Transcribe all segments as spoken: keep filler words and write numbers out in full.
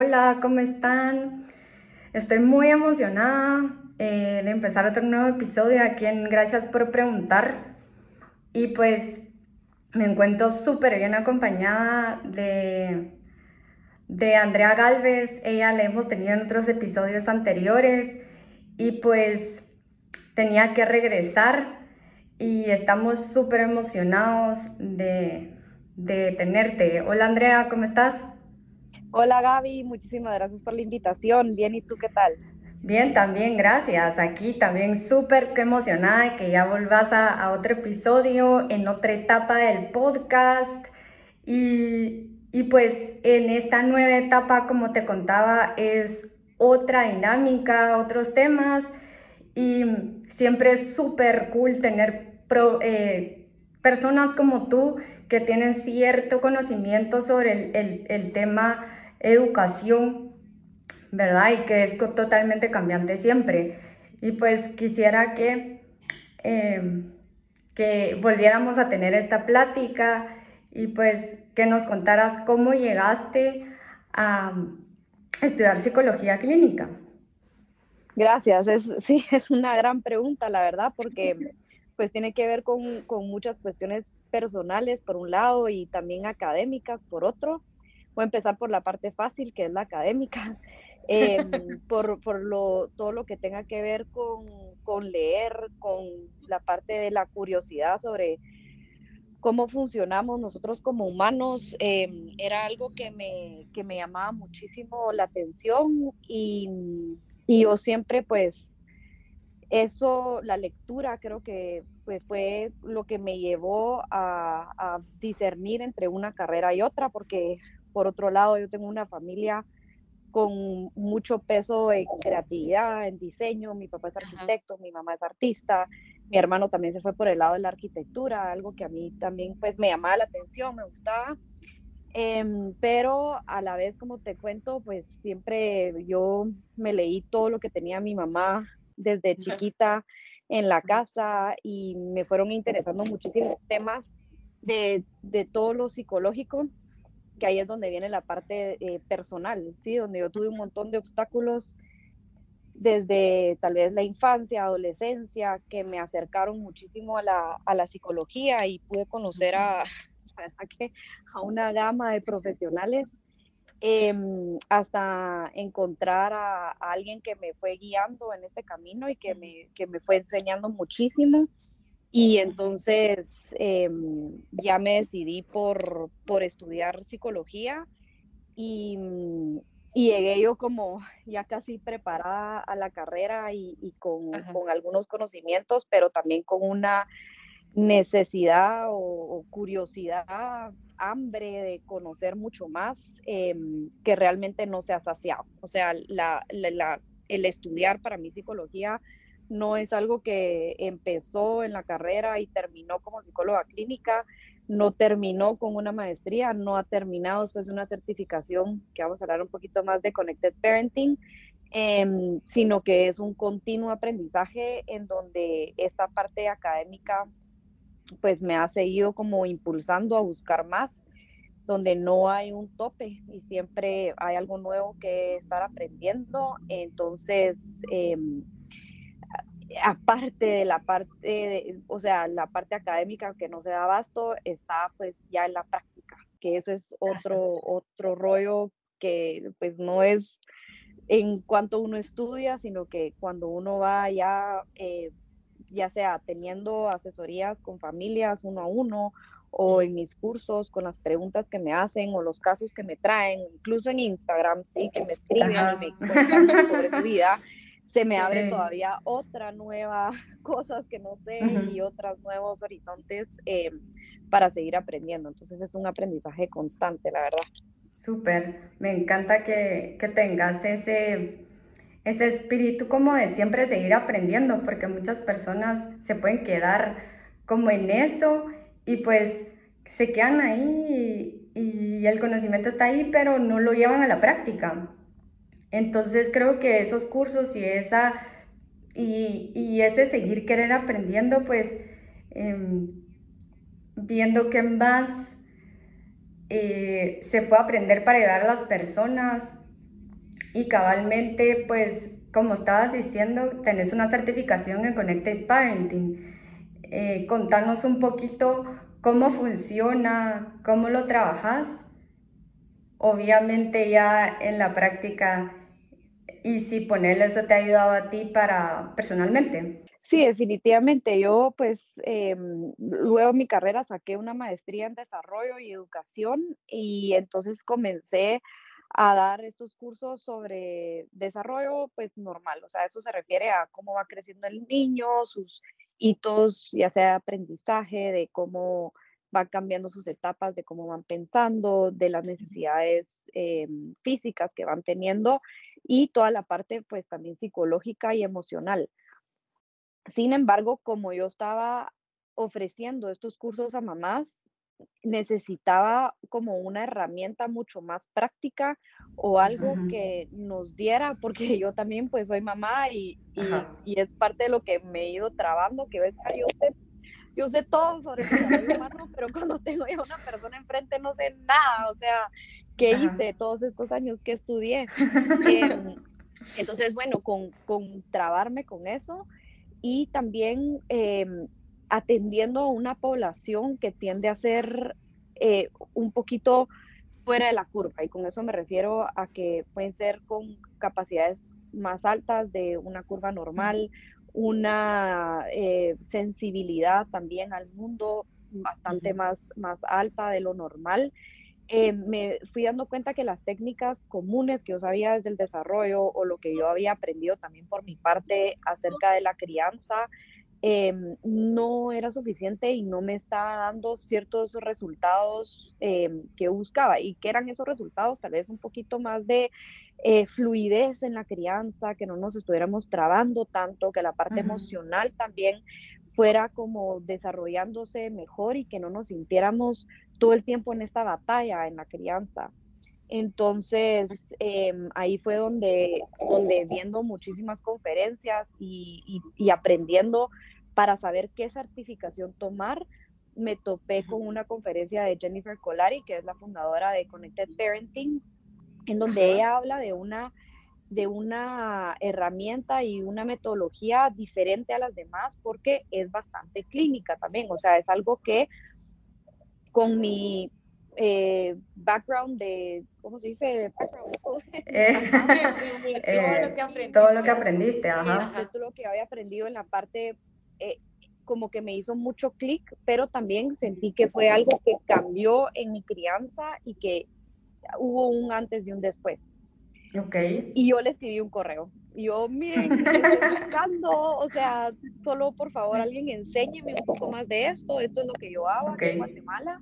Hola, ¿cómo están? Estoy muy emocionada eh, de empezar otro nuevo episodio aquí en Gracias por Preguntar. Y pues me encuentro súper bien acompañada de, de Andrea Galvez. Ella la hemos tenido en otros episodios anteriores y pues tenía que regresar y estamos súper emocionados de, de tenerte. Hola Andrea, ¿cómo estás? Hola Gaby, muchísimas gracias por la invitación. Bien, ¿y tú qué tal? Bien, también gracias. Aquí también súper emocionada de que ya volvás a, a otro episodio, en otra etapa del podcast. Y, y pues en esta nueva etapa, como te contaba, es otra dinámica, otros temas. Y siempre es súper cool tener pro- eh, personas como tú que tienen cierto conocimiento sobre el, el, el tema educación, ¿verdad? Y que es totalmente cambiante siempre. Y pues quisiera que, eh, que volviéramos a tener esta plática y pues que nos contaras cómo llegaste a estudiar psicología clínica. Gracias, es, sí, es una gran pregunta, la verdad, porque pues tiene que ver con, con muchas cuestiones personales por un lado y también académicas por otro. Voy a empezar por la parte fácil, que es la académica, eh, por, por lo, todo lo que tenga que ver con, con leer, con la parte de la curiosidad sobre cómo funcionamos nosotros como humanos, eh, era algo que me, que me llamaba muchísimo la atención y, y yo siempre pues eso, la lectura creo que pues, fue lo que me llevó a, a discernir entre una carrera y otra, porque por otro lado yo tengo una familia con mucho peso en creatividad, en diseño. Mi papá es Ajá. arquitecto, mi mamá es artista, mi hermano también se fue por el lado de la arquitectura, algo que a mí también pues me llamaba la atención, me gustaba. Eh, pero a la vez, como te cuento, pues siempre yo me leí todo lo que tenía mi mamá desde chiquita en la casa y me fueron interesando muchísimos temas de, de todo lo psicológico, que ahí es donde viene la parte eh, personal, ¿sí? Donde yo tuve un montón de obstáculos desde tal vez la infancia, adolescencia, que me acercaron muchísimo a la, a la psicología y pude conocer a, a, que, a una gama de profesionales, eh, hasta encontrar a, a, alguien que me fue guiando en este camino y que me, que me fue enseñando muchísimo. Y entonces eh, ya me decidí por, por estudiar psicología y, y, llegué yo como ya casi preparada a la carrera y, y con, Ajá. con, algunos conocimientos, pero también con una necesidad o, o curiosidad, hambre de conocer mucho más, eh, que realmente no se ha saciado. O sea, la, la, la, el estudiar para mí psicología no es algo que empezó en la carrera y terminó como psicóloga clínica, no terminó con una maestría, no ha terminado después de una certificación, que vamos a hablar un poquito más de Connected Parenting, eh, sino que es un continuo aprendizaje en donde esta parte académica pues me ha seguido como impulsando a buscar más, donde no hay un tope y siempre hay algo nuevo que estar aprendiendo. Entonces, eh, aparte de la parte, de, o sea, la parte académica que no se da abasto, está pues ya en la práctica, que eso es otro, otro rollo que pues no es en cuanto uno estudia, sino que cuando uno va ya, eh, ya sea teniendo asesorías con familias uno a uno o en mis cursos con las preguntas que me hacen o los casos que me traen, incluso en Instagram, sí, que me escriben y Ajá. me cuentan sobre su vida, se me abre Sí. todavía otra nueva cosas que no sé Ujú. y otros nuevos horizontes, eh, para seguir aprendiendo. Entonces es un aprendizaje constante, la verdad. Súper, me encanta que, que tengas ese, ese espíritu como de siempre seguir aprendiendo, porque muchas personas se pueden quedar como en eso y pues se quedan ahí y, y el conocimiento está ahí, pero no lo llevan a la práctica. Entonces creo que esos cursos y esa y, y ese seguir querer aprendiendo, pues eh, viendo qué más eh, se puede aprender para ayudar a las personas, y cabalmente, pues, como estabas diciendo, tenés una certificación en Connected Parenting. Eh, contanos un poquito cómo funciona, cómo lo trabajas, obviamente ya en la práctica, y si ponerle eso te ha ayudado a ti para personalmente. Sí, definitivamente. Yo, pues, em, luego de mi carrera saqué una maestría en desarrollo y educación y entonces comencé a dar estos cursos sobre desarrollo, pues, normal. O sea, eso se refiere a cómo va creciendo el niño, sus hitos, ya sea de aprendizaje, de cómo van cambiando sus etapas, de cómo van pensando, de las necesidades em, físicas que van teniendo y toda la parte, pues, también psicológica y emocional. Sin embargo, como yo estaba ofreciendo estos cursos a mamás, necesitaba como una herramienta mucho más práctica o algo Ujú. que nos diera, porque yo también pues soy mamá y, Ajá, y, y es parte de lo que me he ido trabando, que ves, yo sé, yo sé todo sobre el desarrollo humano, pero cuando tengo ya una persona enfrente no sé nada, o sea, ¿qué ajá. hice todos estos años que estudié? Em, entonces, bueno, con, con trabarme con eso y también eh, atendiendo a una población que tiende a ser eh, un poquito fuera de la curva. Y con eso me refiero a que pueden ser con capacidades más altas de una curva normal, una eh, sensibilidad también al mundo bastante Ujú. más, más alta de lo normal. Eh, me fui dando cuenta que las técnicas comunes que yo sabía desde el desarrollo o lo que yo había aprendido también por mi parte acerca de la crianza, eh, no era suficiente y no me estaba dando ciertos resultados eh, que buscaba. ¿Y que eran esos resultados? Tal vez un poquito más de eh, fluidez en la crianza, que no nos estuviéramos trabando tanto, que la parte Ujú. emocional también fuera como desarrollándose mejor y que no nos sintiéramos todo el tiempo en esta batalla en la crianza. Entonces, eh, ahí fue donde, donde viendo muchísimas conferencias y, y, y aprendiendo para saber qué certificación tomar, me topé con una conferencia de Jennifer Colari, que es la fundadora de Connected Parenting, en donde Ajá. ella habla de una, de una herramienta y una metodología diferente a las demás porque es bastante clínica también, o sea, es algo que con mi eh, background de, ¿cómo se dice? Background, Eh, ajá, Todo lo eh, que todo lo que aprendiste. aprendiste, eh, ajá. de todo lo que había aprendido en la parte, eh, como que me hizo mucho clic, pero también sentí que fue algo que cambió en mi crianza y que hubo un antes y un después. Ok. Y yo le escribí un correo. Y yo, miren, estoy buscando, o sea, solo por favor alguien enséñeme un poco más de esto, esto es lo que yo hago Ok. aquí en Guatemala.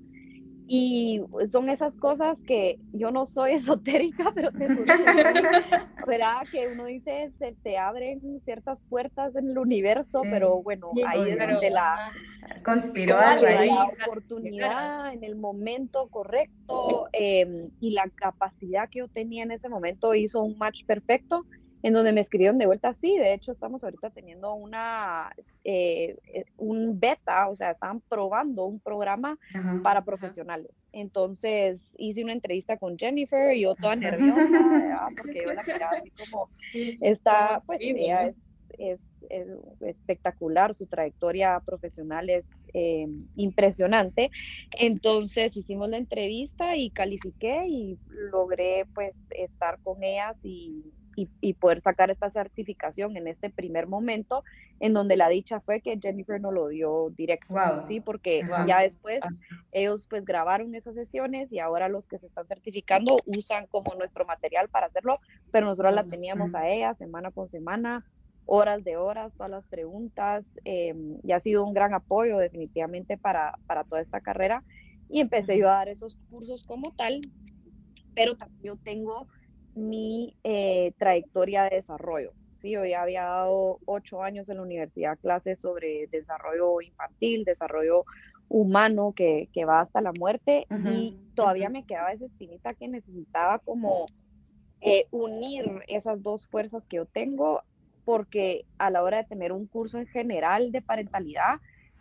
Y son esas cosas que yo no soy esotérica, pero te juro que sí, ¿verdad? Que uno dice, se te abren ciertas puertas en el universo, pero Sí, bueno, Sí, ahí es obvio. pero, donde la, ajá, Conspiró ¿cómo algo algo la ahí ahí. para que llegaras? oportunidad en el momento correcto eh, y la capacidad que yo tenía en ese momento hizo un match perfecto en donde me escribieron de vuelta. Sí, de hecho estamos ahorita teniendo una, eh, eh, un beta, o sea, están probando un programa Ajá. para Ajá. profesionales. Entonces hice una entrevista con Jennifer y yo toda nerviosa, ¿verdad? Porque yo la miraba así como, Sí, como está, pues increíble, ella ¿no? es, es, es espectacular, su trayectoria profesional es eh, impresionante. Entonces hicimos la entrevista y califiqué y logré pues estar con ellas y, y, y, poder sacar esta certificación en este primer momento, en donde la dicha fue que Jennifer nos lo dio directo, Wow. ¿sí? Porque Ajá. ya Wow. después ellos pues grabaron esas sesiones y ahora los que se están certificando usan como nuestro material para hacerlo, pero nosotros la teníamos a ella semana con semana, horas de horas, todas las preguntas, eh, y ha sido un gran apoyo definitivamente para, para toda esta carrera. Y empecé yo a dar esos cursos como tal, pero también yo tengo mi eh, trayectoria de desarrollo. Sí, yo ya había dado ocho años en la universidad clases sobre desarrollo infantil, desarrollo humano que, que va hasta la muerte Ujú. y todavía me quedaba esa espinita que necesitaba como eh, unir esas dos fuerzas que yo tengo, porque a la hora de tener un curso en general de parentalidad,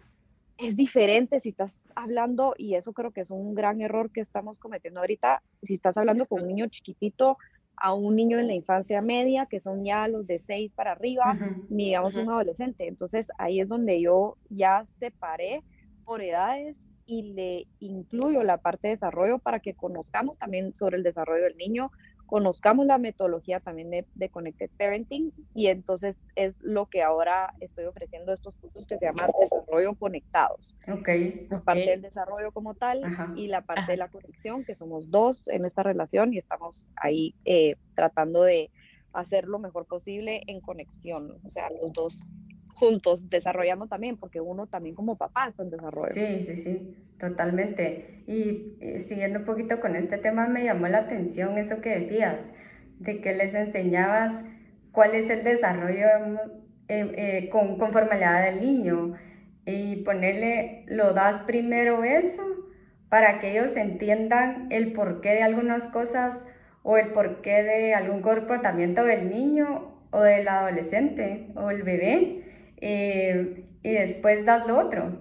es diferente si estás hablando, y eso creo que es un gran error que estamos cometiendo ahorita, si estás hablando con un niño chiquitito, a un niño en la infancia media, que son ya los de seis para arriba, Ujú. ni digamos un adolescente. Entonces ahí es donde yo ya separé por edades y le incluyo la parte de desarrollo para que conozcamos también sobre el desarrollo del niño, conozcamos la metodología también de, de Connected Parenting, y entonces es lo que ahora estoy ofreciendo estos cursos que se llaman desarrollo conectados. Ok, La Ok. parte del desarrollo como tal ajá. y la parte Ajá. de la conexión, que somos dos en esta relación y estamos ahí eh, tratando de hacer lo mejor posible en conexión, o sea, los dos juntos desarrollando también, porque uno también como papá está en desarrollo. Sí, sí, sí, totalmente. Y, eh, siguiendo un poquito con este tema, me llamó la atención eso que decías, de que les enseñabas cuál es el desarrollo eh, eh, con, conforme a la edad del niño y ponerle, lo das primero eso para que ellos entiendan el porqué de algunas cosas o el porqué de algún comportamiento del niño o del adolescente o el bebé, eh, y después das lo otro.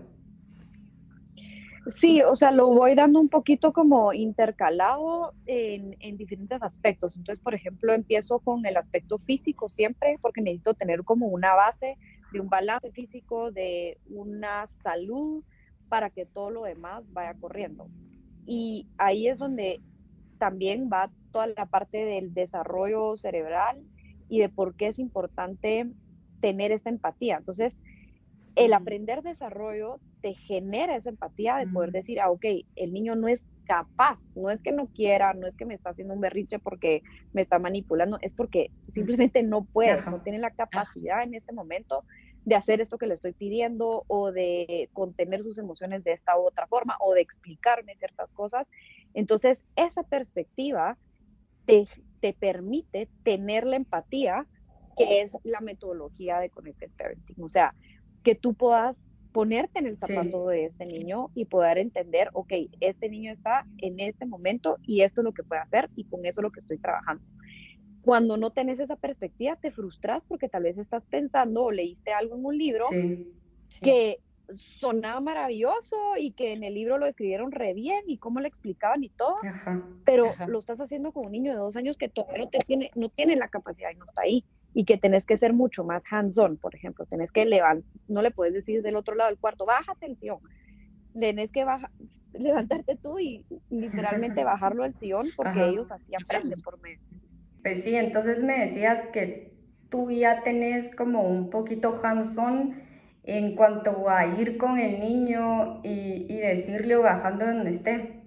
Sí, o sea, lo voy dando un poquito como intercalado en, en diferentes aspectos. Entonces, por ejemplo, empiezo con el aspecto físico siempre, porque necesito tener como una base de un balance físico, de una salud, para que todo lo demás vaya corriendo. Y ahí es donde también va toda la parte del desarrollo cerebral y de por qué es importante tener esta empatía. Entonces, el aprender desarrollo te genera esa empatía de poder Mm. decir, ah, ok, el niño no es capaz, no es que no quiera, no es que me está haciendo un berrinche porque me está manipulando, es porque simplemente no puede, no Ajá. tiene la capacidad en este momento de hacer esto que le estoy pidiendo o de contener sus emociones de esta u otra forma o de explicarme ciertas cosas. Entonces, esa perspectiva te, te permite tener la empatía, que es la metodología de Connected Parenting. O sea, que tú puedas ponerte en el zapato Sí. de este niño y poder entender, ok, este niño está en este momento y esto es lo que puede hacer y con eso es lo que estoy trabajando. Cuando no tenés esa perspectiva, te frustras porque tal vez estás pensando o leíste algo en un libro Sí. Sí. que sonaba maravilloso y que en el libro lo escribieron re bien y cómo le explicaban y todo, Ajá. pero Ajá. lo estás haciendo con un niño de dos años que todavía no, te tiene, no tiene la capacidad y no está ahí, y que tenés que ser mucho más hands-on, por ejemplo, tenés que levantar, no le puedes decir del otro lado del cuarto, baja atención, tenés que baja, levantarte tú y literalmente bajarlo al sillón, porque Ajá. ellos así aprenden por medio. Pues sí, entonces me decías que tú ya tenés como un poquito hands-on en cuanto a ir con el niño y, y decirle o bajando donde esté.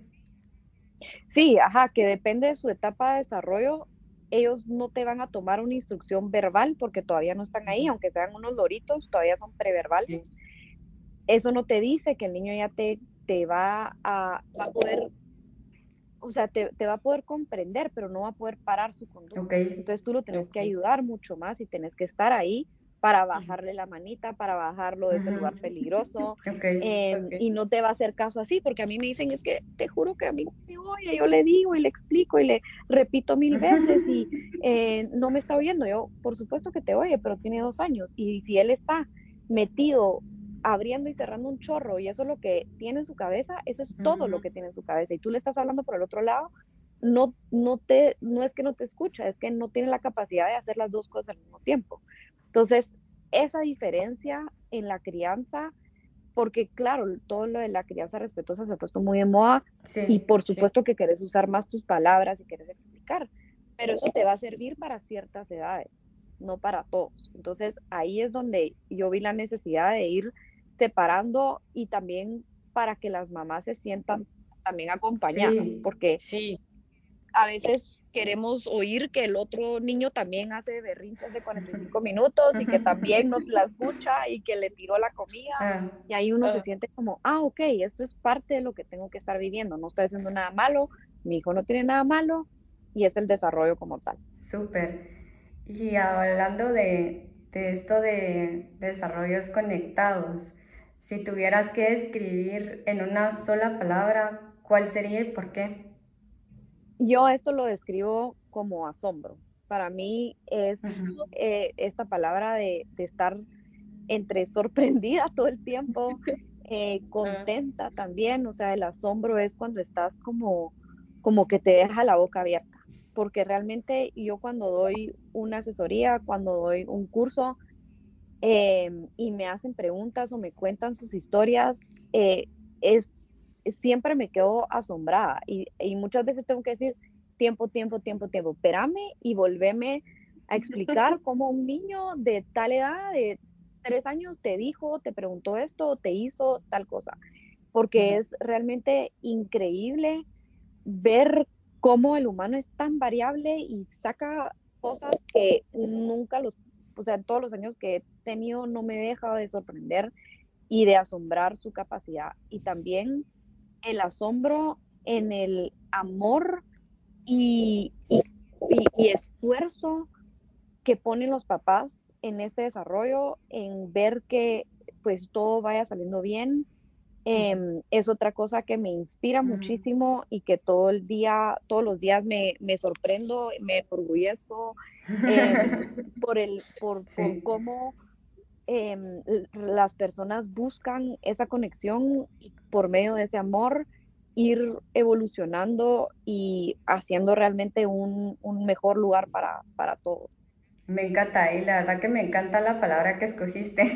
Sí, ajá, que depende de su etapa de desarrollo, ellos no te van a tomar una instrucción verbal porque todavía no están ahí, aunque sean unos loritos, todavía son preverbales. Sí. Eso no te dice que el niño ya te, te va, a, va a poder, o sea, te, te va a poder comprender, pero no va a poder parar su Ok. conducta. Entonces tú lo tenés que Ok. ayudar mucho más y tenés que estar ahí para Ujú. bajarle la manita, para bajarlo de ese Ujú. lugar peligroso, Ok. eh, Ok. y no te va a hacer caso así, porque a mí me dicen, es que te juro que a mí no me oye, yo le digo y le explico y le repito mil veces y eh, no me está oyendo. Yo, por supuesto que te oye, pero tiene dos años y si él está metido abriendo y cerrando un chorro y eso es lo que tiene en su cabeza, eso es todo lo Ujú. que tiene en su cabeza y tú le estás hablando por el otro lado, no, no, te, no es que no te escucha, es que no tiene la capacidad de hacer las dos cosas al mismo tiempo. Entonces, esa diferencia en la crianza, porque claro, todo lo de la crianza respetuosa se ha puesto muy de moda y Sí. por Sí. supuesto que querés usar más tus palabras y querés explicar, pero eso te va a servir para ciertas edades, no para todos. Entonces ahí es donde yo vi la necesidad de ir separando y también para que las mamás se sientan también acompañadas, Sí. porque Sí. a veces queremos oír que el otro niño también hace berrinches de cuarenta y cinco minutos y que también nos la escucha y que le tiró la comida. Ah, Y ahí uno se Ah, siente como, ah, ok, esto es parte de lo que tengo que estar viviendo. No estoy haciendo nada malo, mi hijo no tiene nada malo y es el desarrollo como tal. súper. Y hablando de, de esto de desarrollos conectados, si tuvieras que describir en una sola palabra, ¿cuál sería y por qué? Yo esto lo describo como asombro. Para mí es Ujú. eh, esta palabra de, de estar entre sorprendida todo el tiempo, eh, ah, contenta también, o sea, el asombro es cuando estás como, como que te deja la boca abierta. porque realmente yo cuando doy una asesoría, cuando doy un curso, eh, y me hacen preguntas o me cuentan sus historias, eh, es, siempre me quedo asombrada y, y muchas veces tengo que decir tiempo, tiempo, tiempo, tiempo, espérame y volveme a explicar cómo un niño de tal edad, de tres años, te dijo, te preguntó esto, te hizo tal cosa, porque Ujú. es realmente increíble ver cómo el humano es tan variable y saca cosas que nunca los, o sea, en todos los años que he tenido no me deja de sorprender y de asombrar su capacidad. Y también el asombro en el amor y, y, y, y esfuerzo que ponen los papás en este desarrollo, en ver que pues todo vaya saliendo bien, eh, es otra cosa que me inspira Ujú. muchísimo y que todo el día, todos los días me, me sorprendo, me orgullezco eh, por, el, por, por Sí. cómo eh, las personas buscan esa conexión y por medio de ese amor ir evolucionando y haciendo realmente un, un mejor lugar para, para todos. Me encanta, y la verdad que me encanta la palabra que escogiste.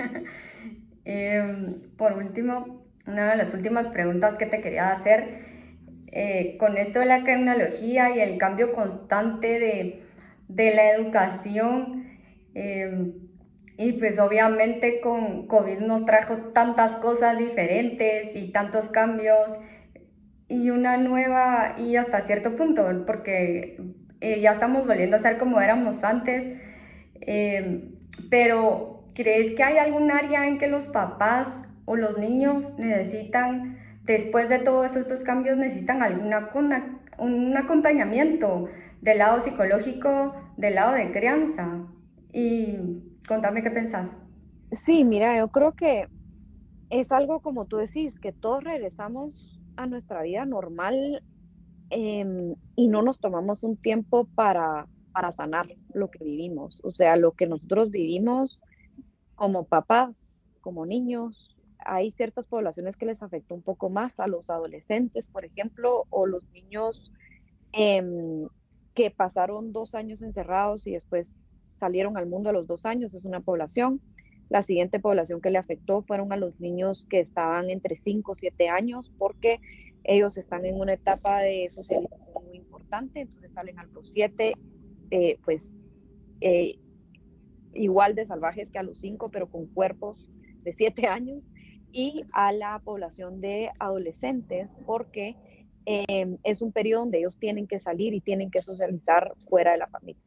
Em, por último, una de las últimas preguntas que te quería hacer, eh, con esto de la tecnología y el cambio constante de, de la educación, em, y pues obviamente con COVID nos trajo tantas cosas diferentes y tantos cambios y una nueva, y hasta cierto punto, porque eh, ya estamos volviendo a ser como éramos antes, eh, pero ¿crees que hay algún área en que los papás o los niños necesitan, después de todos estos cambios, necesitan alguna un acompañamiento del lado psicológico, del lado de crianza? Y contame qué pensás. Sí, mira, yo creo que es algo como tú decís, que todos regresamos a nuestra vida normal, em, y no nos tomamos un tiempo para, para sanar lo que vivimos. O sea, lo que nosotros vivimos como papás, como niños. Hay ciertas poblaciones que les afectó un poco más, a los adolescentes, por ejemplo, o los niños em, que pasaron dos años encerrados y después salieron al mundo a los dos años, es una población. La siguiente población que le afectó fueron a los niños que estaban entre cinco o siete años, porque ellos están en una etapa de socialización muy importante, entonces salen a los siete, eh, pues eh, igual de salvajes que a los cinco, pero con cuerpos de siete años, y a la población de adolescentes, porque eh, es un periodo donde ellos tienen que salir y tienen que socializar fuera de la familia.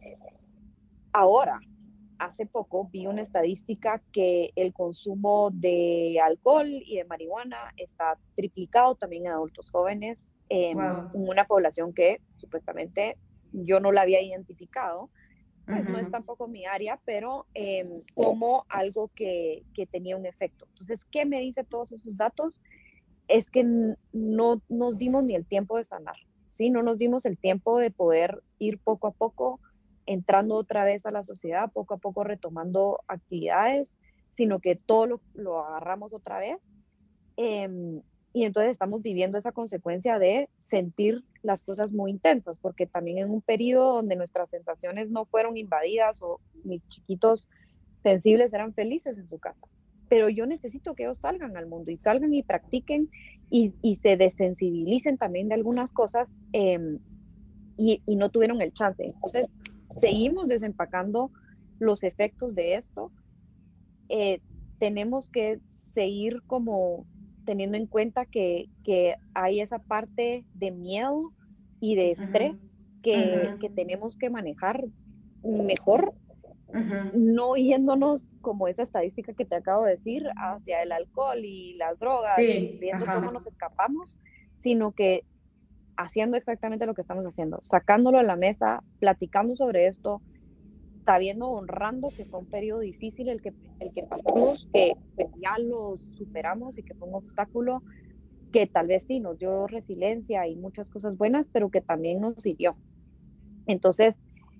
Ahora, hace poco vi una estadística que el consumo de alcohol y de marihuana está triplicado también en adultos jóvenes, eh, en Wow. una población que supuestamente yo no la había identificado, pues no es Uh-huh. tampoco mi área, pero eh, como algo que, que, tenía un efecto. Entonces, ¿qué me dice todos esos datos? Es que no nos dimos ni el tiempo de sanar, ¿sí? No nos dimos el tiempo de poder ir poco a poco entrando otra vez a la sociedad, poco a poco retomando actividades, sino que todo lo, lo agarramos otra vez. Eh, y entonces estamos viviendo esa consecuencia de sentir las cosas muy intensas, porque también en un periodo donde nuestras sensaciones no fueron invadidas o mis chiquitos sensibles eran felices en su casa. Pero yo necesito que ellos salgan al mundo y salgan y practiquen y, y se desensibilicen también de algunas cosas, eh, y, y no tuvieron el chance. Entonces, seguimos desempacando los efectos de esto. Eh, tenemos que seguir como teniendo en cuenta que, que hay esa parte de miedo y de Uh-huh. estrés que, Uh-huh. que tenemos que manejar mejor, Uh-huh. no yéndonos como esa estadística que te acabo de decir hacia el alcohol y las drogas y Sí, viendo cómo ajá. nos escapamos, sino que haciendo exactamente lo que estamos haciendo, sacándolo a la mesa, platicando sobre esto, sabiendo, honrando que fue un periodo difícil el que, el que pasamos, que pues, ya lo superamos y que fue un obstáculo que tal vez sí nos dio resiliencia y muchas cosas buenas, pero que también nos hirió. Entonces,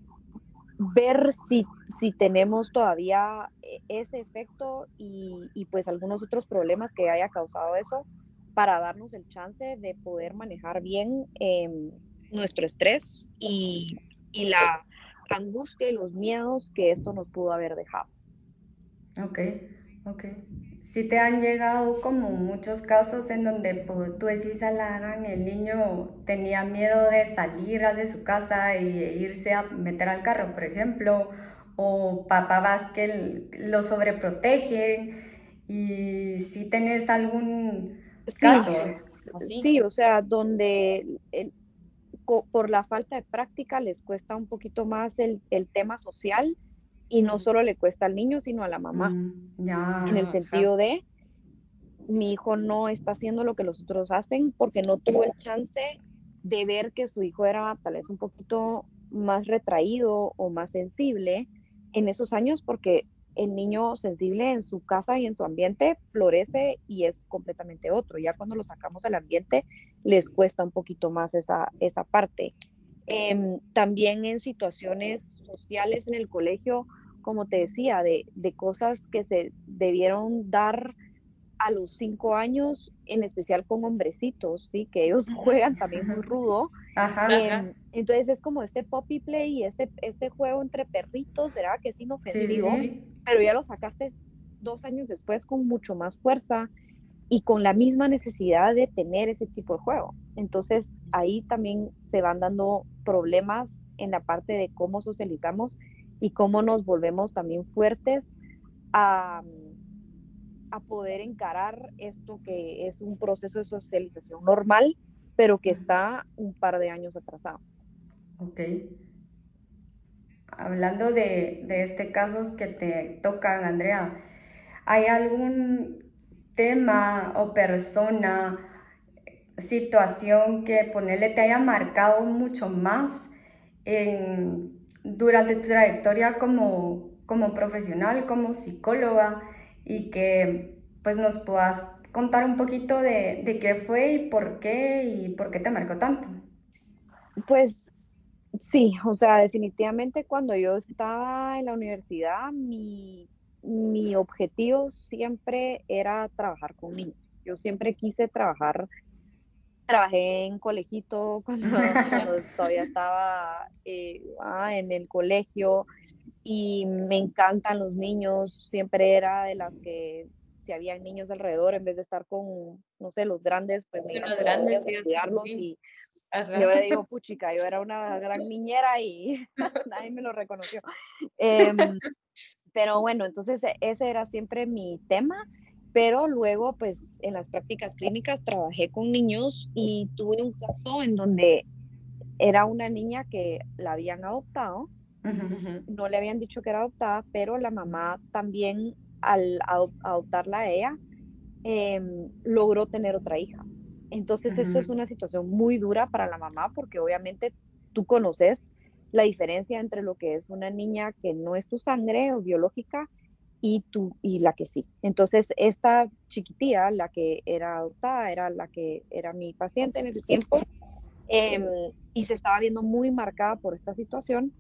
ver si, si tenemos todavía ese efecto y, y pues algunos otros problemas que haya causado eso para darnos el chance de poder manejar bien eh, nuestro estrés y, y la angustia y los miedos que esto nos pudo haber dejado. Ok, ok. Sí te han llegado como muchos casos en donde pues, tú decís a la gran, el niño tenía miedo de salir de su casa y irse a meter al carro, por ejemplo, o papás que lo sobreprotegen y si tenés algún Sí, casos sí, así. o sea, donde el- co- por la falta de práctica les cuesta un poquito más el, el tema social y no Ujú. solo le cuesta al niño, sino a la mamá, Mm, ya, en el Ajá. sentido de mi hijo no está haciendo lo que los otros hacen porque no tuvo el chance de ver que su hijo era tal vez un poquito más retraído o más sensible en esos años porque el niño sensible en su casa y en su ambiente florece y es completamente otro. Ya cuando lo sacamos al ambiente les cuesta un poquito más esa, esa parte. Eh, también en situaciones sociales en el colegio, como te decía, de, de cosas que se debieron dar a los cinco años, en especial con hombrecitos, ¿sí? Que ellos juegan también muy rudo. ajá, Ajá. Eh, entonces es como este puppy play y este, este juego entre perritos, ¿verdad? Que es sí, sí, inofensivo, sí. pero ya lo sacaste dos años después con mucho más fuerza y con la misma necesidad de tener ese tipo de juego. Entonces ahí también se van dando problemas en la parte de cómo socializamos y cómo nos volvemos también fuertes a, a poder encarar esto que es un proceso de socialización normal, pero que está un par de años atrasado. Ok. Hablando de, de este caso que te tocan, Andrea, ¿hay algún tema o persona, situación que ponerle te haya marcado mucho más en, durante tu trayectoria como, como profesional, como psicóloga y que pues nos puedas contar un poquito de, de qué fue y por qué y por qué te marcó tanto? Pues sí, o sea, definitivamente cuando yo estaba en la universidad, mi, mi objetivo siempre era trabajar con niños. Yo siempre quise trabajar, trabajé en colegito cuando, cuando todavía estaba eh, ah, en el colegio y me encantan los niños, siempre era de las que si había niños alrededor, en vez de estar con, no sé, los grandes, pues me De iba los con los grandes, niños a sí, cuidarlos sí. y yo Ajá. ahora digo, puchica, yo era una gran niñera y nadie me lo reconoció. Em, pero bueno, entonces e- ese era siempre mi tema, pero luego pues en las prácticas clínicas trabajé con niños y tuve un caso en donde era una niña que la habían adoptado, Ujú. Ujú. no le habían dicho que era adoptada, pero la mamá también al adop- adoptarla a ella, em, logró tener otra hija. Entonces, esto es Ujú. una situación muy dura para la mamá porque obviamente tú conoces la diferencia entre lo que es una niña que no es tu sangre o biológica y tú y la que sí. Entonces, esta chiquitía, la que era adoptada, era la que era mi paciente en ese tiempo, em, y se estaba viendo muy marcada por esta situación.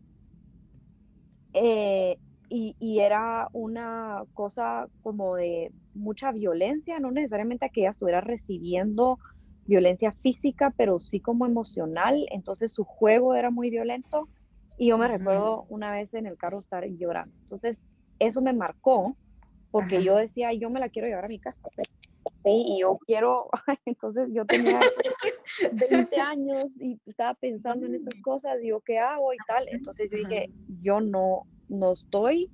eh, y, y era una cosa como de mucha violencia, no necesariamente a que ella estuviera recibiendo violencia física, pero sí como emocional, entonces su juego era muy violento y yo me Ujú. recuerdo una vez en el carro estar llorando. Entonces, eso me marcó porque yo Ajá. decía, yo me la quiero llevar a mi casa, pero, sí, y yo quiero, entonces yo tenía veinte años y estaba pensando en estas cosas, digo, ¿qué hago y tal? Entonces yo Ajá. dije, yo no, no estoy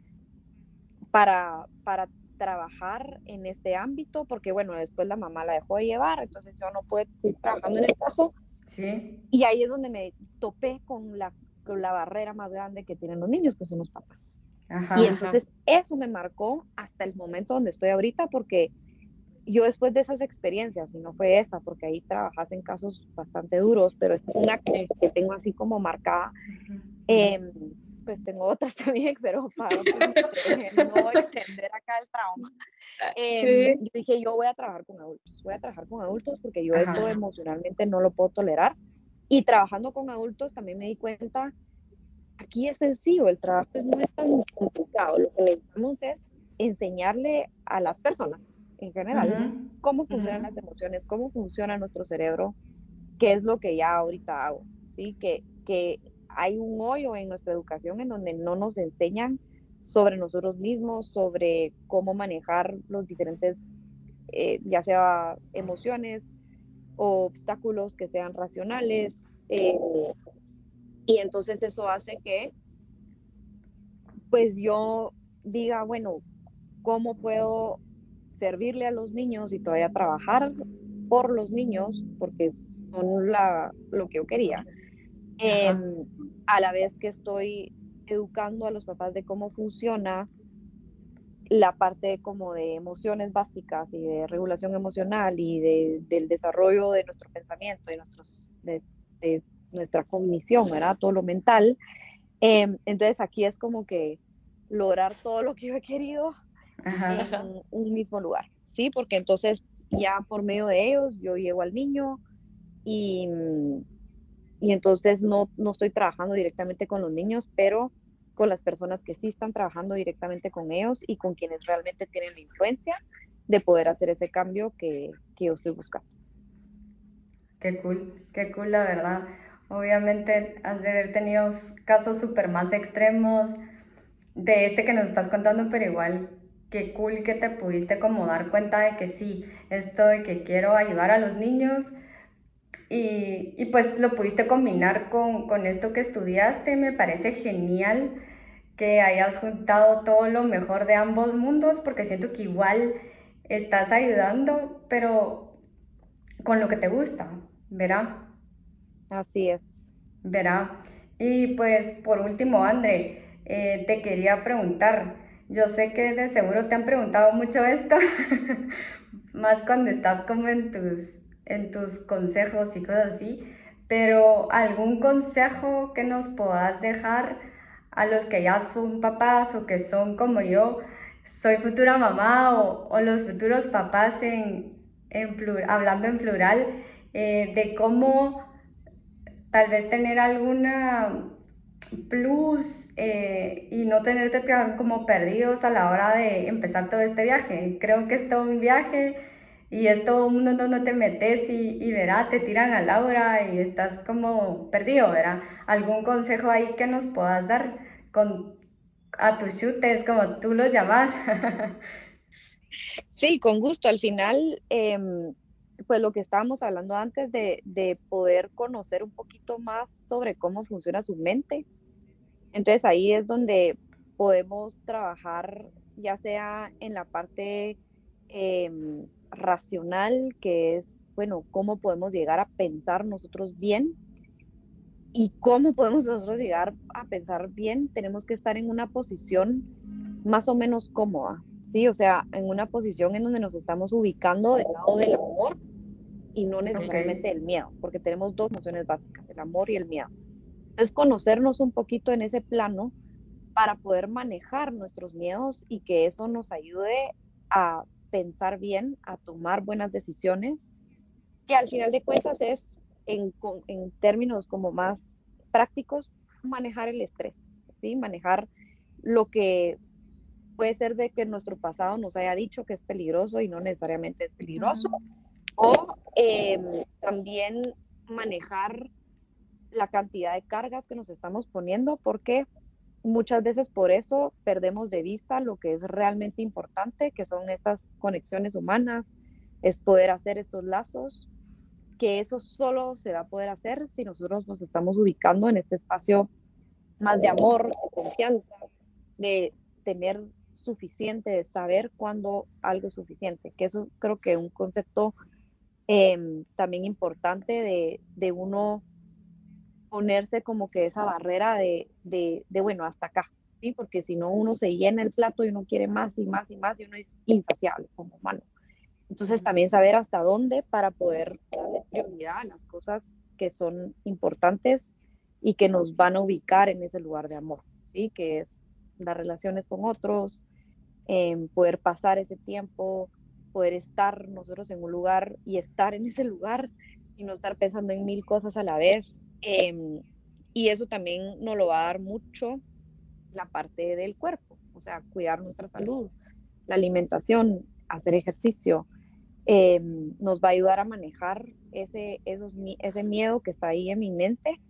para, para trabajar en este ámbito, porque bueno, después la mamá la dejó de llevar, entonces yo no puedo seguir trabajando en el caso. Sí. Y ahí es donde me topé con la, con la barrera más grande que tienen los niños, que son los papás. Y Ajá. Ajá. entonces eso me marcó hasta el momento donde estoy ahorita, porque yo después de esas experiencias, y no fue esa, porque ahí trabajas en casos bastante duros, pero esta es una que, Sí. que tengo así como marcada. Ujú. Eh, pues tengo otras también, pero para otro límite, no extender acá el trauma. Ah, Eh, sí. yo dije, yo voy a trabajar con adultos, voy a trabajar con adultos porque yo esto Ajá. Ajá. emocionalmente no lo puedo tolerar. Y trabajando con adultos también me di cuenta, aquí es sencillo, el trabajo no es tan complicado, lo que necesitamos es enseñarle a las personas en general Ujú. cómo Ujú. funcionan las emociones, cómo funciona nuestro cerebro, qué es lo que ya ahorita hago. ¿sí? Que, que hay un hoyo en nuestra educación en donde no nos enseñan sobre nosotros mismos, sobre cómo manejar los diferentes, eh, ya sea emociones o obstáculos que sean racionales. eh, y entonces eso hace que pues yo diga, bueno, ¿cómo puedo servirle a los niños y todavía trabajar por los niños? Porque son la, lo que yo quería. Eh, Ajá. a la vez que estoy educando a los papás de cómo funciona la parte como de emociones básicas y de regulación emocional y de, del desarrollo de nuestro pensamiento y nuestros, de, de nuestra cognición, ¿verdad? Todo lo mental. Eh, entonces aquí es como que lograr todo lo que yo he querido Ajá. en un mismo lugar, ¿sí? Porque entonces ya por medio de ellos yo llego al niño y, y entonces no, no estoy trabajando directamente con los niños, pero con las personas que sí están trabajando directamente con ellos y con quienes realmente tienen la influencia de poder hacer ese cambio que, que yo estoy buscando. Qué cool, qué cool, la verdad. Obviamente has de haber tenido s- casos súper más extremos de este que nos estás contando, pero igual, qué cool que te pudiste como dar cuenta de que sí, esto de que quiero ayudar a los niños y, y pues lo pudiste combinar con, con esto que estudiaste. Me parece genial que hayas juntado todo lo mejor de ambos mundos, porque siento que igual estás ayudando, pero con lo que te gusta, ¿verdad? Así es. Verá. Y pues por último, André, eh, te quería preguntar, yo sé que de seguro te han preguntado mucho esto, más cuando estás como en tus, en tus consejos y cosas así, pero algún consejo que nos puedas dejar a los que ya son papás o que son como yo, soy futura mamá o, o los futuros papás en, en plur- hablando en plural, eh, de cómo tal vez tener alguna plus eh, y no tenerte tan como perdidos a la hora de empezar todo este viaje. Creo que es todo un viaje y es todo un mundo donde te metes y, y verá, te tiran a Laura y estás como perdido, verá. ¿Algún consejo ahí que nos puedas dar con, a tus chutes, como tú los llamas? Sí, con gusto. Al final, em, pues lo que estábamos hablando antes de, de poder conocer un poquito más sobre cómo funciona su mente. Entonces ahí es donde podemos trabajar, ya sea en la parte em, racional, que es, bueno, cómo podemos llegar a pensar nosotros bien y cómo podemos nosotros llegar a pensar bien. Tenemos que estar en una posición más o menos cómoda, ¿sí? O sea, en una posición en donde nos estamos ubicando del lado del amor y no Ok. necesariamente del miedo, porque tenemos dos emociones básicas, el amor y el miedo. Entonces, conocernos un poquito en ese plano para poder manejar nuestros miedos y que eso nos ayude a pensar bien, a tomar buenas decisiones, que al final de cuentas es, en, en términos como más prácticos, manejar el estrés, ¿sí? Manejar lo que puede ser de que nuestro pasado nos haya dicho que es peligroso y no necesariamente es peligroso, Ujú. o eh, también manejar la cantidad de cargas que nos estamos poniendo, porque muchas veces por eso perdemos de vista lo que es realmente importante, que son estas conexiones humanas, es poder hacer estos lazos, que eso solo se va a poder hacer si nosotros nos estamos ubicando en este espacio más de amor, de confianza, de tener suficiente, de saber cuándo algo es suficiente, que eso creo que es un concepto eh, también importante de, de uno ponerse como que esa barrera de, de, de, bueno, hasta acá, ¿sí? Porque si no, uno se llena el plato y uno quiere más y más y más y uno es insaciable como humano. Entonces, también saber hasta dónde para poder darle prioridad a las cosas que son importantes y que nos van a ubicar en ese lugar de amor, ¿sí? Que es las relaciones con otros, eh, poder pasar ese tiempo, poder estar nosotros en un lugar y estar en ese lugar y no estar pensando en mil cosas a la vez. Eh, y eso también nos lo va a dar mucho la parte del cuerpo, o sea, cuidar nuestra salud, la alimentación, hacer ejercicio, eh, nos va a ayudar a manejar ese, esos, ese miedo que está ahí eminente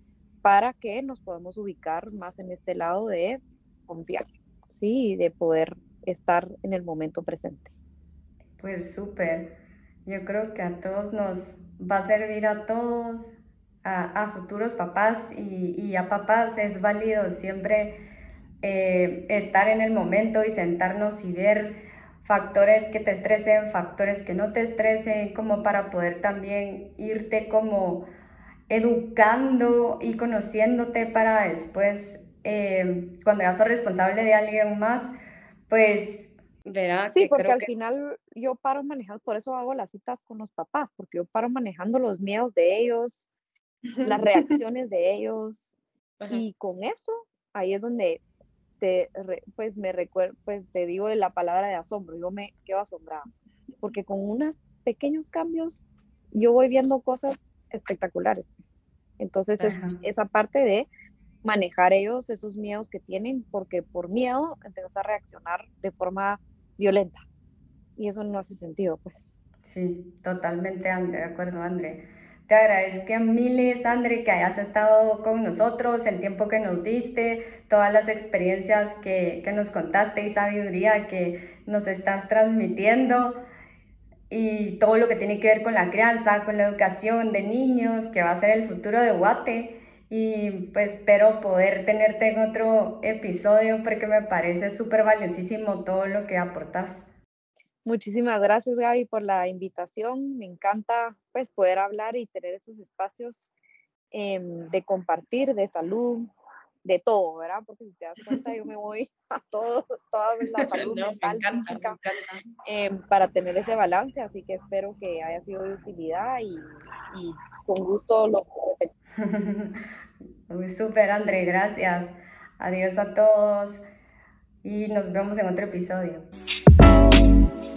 para que nos podamos ubicar más en este lado de confiar, ¿sí? Y de poder estar en el momento presente. Pues súper. Yo creo que a todos nos va a servir a todos, a, a futuros papás y, y a papás es válido siempre eh, estar en el momento y sentarnos y ver factores que te estresen, factores que no te estresen, como para poder también irte como educando y conociéndote para después, eh, cuando ya sos responsable de alguien más, pues verá Sí, que porque creo al que es... final yo paro manejando, por eso hago las citas con los papás, porque yo paro manejando los miedos de ellos, las reacciones de ellos, Ajá. y con eso, ahí es donde te, re- pues me recuerdo, pues te digo de la palabra de asombro, yo me quedo asombrada, porque con unos pequeños cambios yo voy viendo cosas espectaculares, pues. Entonces es Ajá. esa parte de manejar ellos esos miedos que tienen, porque por miedo empiezas a reaccionar de forma violenta y eso no hace sentido, pues. Sí, totalmente, André, de acuerdo, André. Te agradezco miles, André, que hayas estado con nosotros, el tiempo que nos diste, todas las experiencias que, que nos contaste y sabiduría que nos estás transmitiendo y todo lo que tiene que ver con la crianza, con la educación de niños, que va a ser el futuro de Guate. Y pues espero poder tenerte en otro episodio porque me parece súper valiosísimo todo lo que aportas. Muchísimas gracias, Gaby, por la invitación. Me encanta pues poder hablar y tener esos espacios eh, de compartir, de salud, de todo, ¿verdad? Porque si te das cuenta, yo me voy a todo, toda la salud No, me mental, encanta, me física, encanta. eh, para tener ese balance. Así que espero que haya sido de utilidad y, y con gusto lo Muy súper, André, gracias. Adiós a todos y nos vemos en otro episodio.